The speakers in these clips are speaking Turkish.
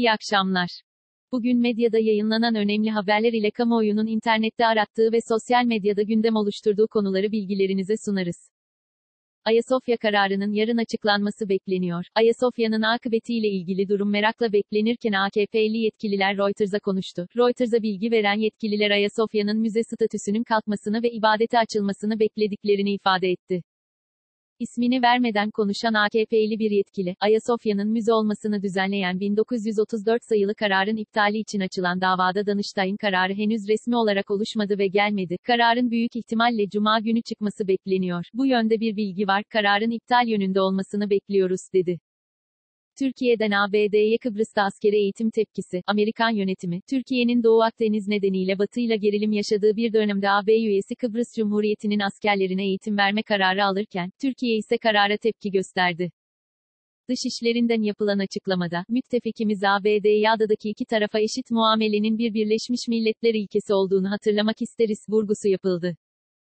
İyi akşamlar. Bugün medyada yayınlanan önemli haberler ile kamuoyunun internette arattığı ve sosyal medyada gündem oluşturduğu konuları bilgilerinize sunarız. Ayasofya kararının yarın açıklanması bekleniyor. Ayasofya'nın akıbetiyle ilgili durum merakla beklenirken AKP'li yetkililer Reuters'a konuştu. Reuters'a bilgi veren yetkililer Ayasofya'nın müze statüsünün kalkmasını ve ibadete açılmasını beklediklerini ifade etti. İsmini vermeden konuşan AKP'li bir yetkili, Ayasofya'nın müze olmasını düzenleyen 1934 sayılı kararın iptali için açılan davada Danıştay'ın kararı henüz resmi olarak oluşmadı ve gelmedi. Kararın büyük ihtimalle Cuma günü çıkması bekleniyor. Bu yönde bir bilgi var, kararın iptal yönünde olmasını bekliyoruz, dedi. Türkiye'den ABD'ye Kıbrıs'ta askeri eğitim tepkisi. Amerikan yönetimi, Türkiye'nin Doğu Akdeniz nedeniyle Batı'yla gerilim yaşadığı bir dönemde AB üyesi Kıbrıs Cumhuriyeti'nin askerlerine eğitim verme kararı alırken, Türkiye ise karara tepki gösterdi. Dışişlerinden yapılan açıklamada, müttefikimiz ABD'ye adadaki iki tarafa eşit muamelenin bir Birleşmiş Milletler ilkesi olduğunu hatırlamak isteriz, vurgusu yapıldı.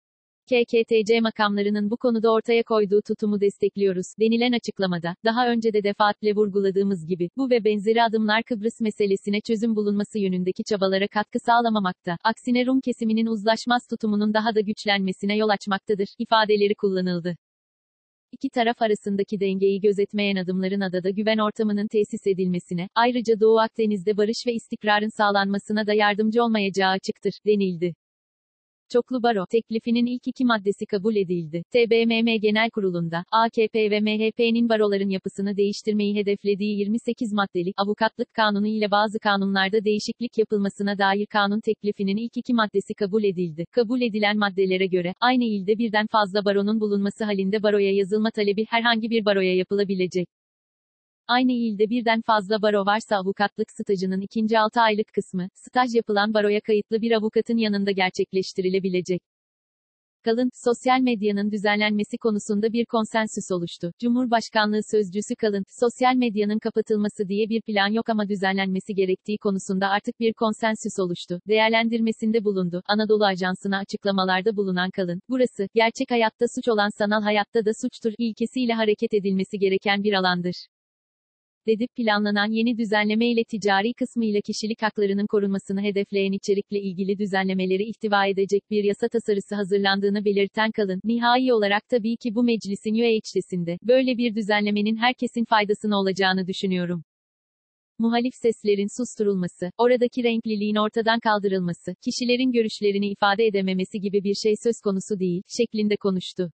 KKTC makamlarının bu konuda ortaya koyduğu tutumu destekliyoruz, denilen açıklamada, daha önce de defaatle vurguladığımız gibi, bu ve benzeri adımlar Kıbrıs meselesine çözüm bulunması yönündeki çabalara katkı sağlamamakta, aksine Rum kesiminin uzlaşmaz tutumunun daha da güçlenmesine yol açmaktadır, ifadeleri kullanıldı. İki taraf arasındaki dengeyi gözetmeyen adımların adada güven ortamının tesis edilmesine, ayrıca Doğu Akdeniz'de barış ve istikrarın sağlanmasına da yardımcı olmayacağı açıktır, denildi. Çoklu baro teklifinin ilk iki maddesi kabul edildi. TBMM Genel Kurulu'nda, AKP ve MHP'nin baroların yapısını değiştirmeyi hedeflediği 28 maddeli, avukatlık kanunu ile bazı kanunlarda değişiklik yapılmasına dair kanun teklifinin ilk iki maddesi kabul edildi. Kabul edilen maddelere göre, aynı ilde birden fazla baronun bulunması halinde baroya yazılma talebi herhangi bir baroya yapılabilecek. Aynı ilde birden fazla baro varsa avukatlık stajının ikinci 6 aylık kısmı, staj yapılan baroya kayıtlı bir avukatın yanında gerçekleştirilebilecek. Kalın, sosyal medyanın düzenlenmesi konusunda bir konsensüs oluştu. Cumhurbaşkanlığı Sözcüsü Kalın, sosyal medyanın kapatılması diye bir plan yok ama düzenlenmesi gerektiği konusunda artık bir konsensüs oluştu. Değerlendirmesinde bulundu. Anadolu Ajansı'na açıklamalarda bulunan Kalın, burası, gerçek hayatta suç olan sanal hayatta da suçtur, ilkesiyle hareket edilmesi gereken bir alandır, dedi. Planlanan yeni düzenleme ile ticari kısmıyla kişilik haklarının korunmasını hedefleyen içerikle ilgili düzenlemeleri ihtiva edecek bir yasa tasarısı hazırlandığını belirten Kalın, nihai olarak tabii ki bu meclisin UH'sinde, böyle bir düzenlemenin herkesin faydasına olacağını düşünüyorum. Muhalif seslerin susturulması, oradaki renkliliğin ortadan kaldırılması, kişilerin görüşlerini ifade edememesi gibi bir şey söz konusu değil, şeklinde konuştu.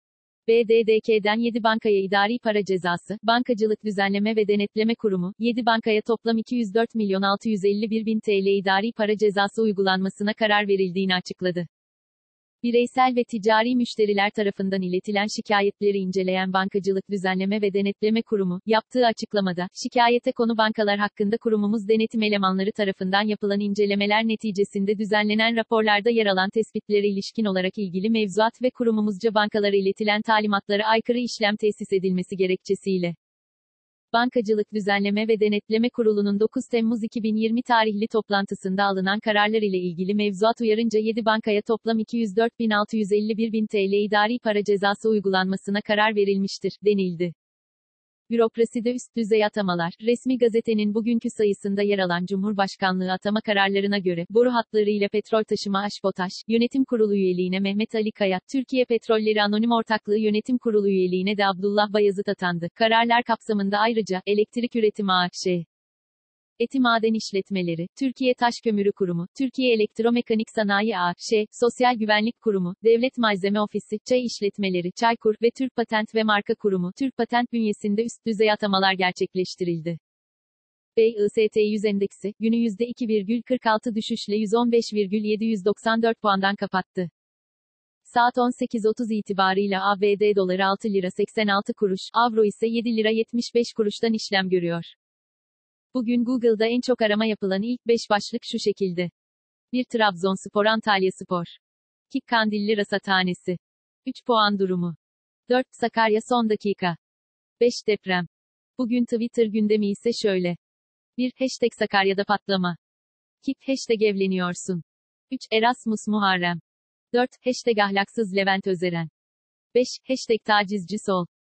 BDDK'den 7 bankaya idari para cezası, Bankacılık Düzenleme ve Denetleme Kurumu, 7 bankaya toplam 204.651.000 TL idari para cezası uygulanmasına karar verildiğini açıkladı. Bireysel ve ticari müşteriler tarafından iletilen şikayetleri inceleyen Bankacılık Düzenleme ve Denetleme Kurumu, yaptığı açıklamada, şikayete konu bankalar hakkında kurumumuz denetim elemanları tarafından yapılan incelemeler neticesinde düzenlenen raporlarda yer alan tespitlere ilişkin olarak ilgili mevzuat ve kurumumuzca bankalara iletilen talimatlara aykırı işlem tesis edilmesi gerekçesiyle, Bankacılık Düzenleme ve Denetleme Kurulu'nun 9 Temmuz 2020 tarihli toplantısında alınan kararlar ile ilgili mevzuat uyarınca 7 bankaya toplam 204.651.000 TL idari para cezası uygulanmasına karar verilmiştir, denildi. Bürokraside üst düzey atamalar, resmi gazetenin bugünkü sayısında yer alan Cumhurbaşkanlığı atama kararlarına göre, boru hatlarıyla petrol taşıma AŞ Potaş, Yönetim Kurulu üyeliğine Mehmet Ali Kaya, Türkiye Petrolleri Anonim Ortaklığı Yönetim Kurulu üyeliğine de Abdullah Bayazıt atandı. Kararlar kapsamında ayrıca, Elektrik Üretim AŞ, Eti Maden İşletmeleri, Türkiye Taşkömürü Kurumu, Türkiye Elektromekanik Sanayi A.Ş., Sosyal Güvenlik Kurumu, Devlet Malzeme Ofisi, Çay İşletmeleri, Çaykur ve Türk Patent ve Marka Kurumu, Türk Patent bünyesinde üst düzey atamalar gerçekleştirildi. BIST 100 endeksi, günü %2,46 düşüşle 115,794 puandan kapattı. Saat 18.30 itibarıyla ABD doları 6 lira 86 kuruş, avro ise 7 lira 75 kuruştan işlem görüyor. Bugün Google'da en çok arama yapılan ilk 5 başlık şu şekilde. 1. Trabzonspor Antalyaspor. 2. Kandilli Rasathanesi. 3 puan durumu. 4. Sakarya son dakika. 5. Deprem. Bugün Twitter gündemi ise şöyle. 1. Hashtag Sakarya'da patlama. 2. Hashtag evleniyorsun. 3. Erasmus Muharrem. 4. Hashtag ahlaksız Levent Özeren. 5. Hashtag tacizci sol.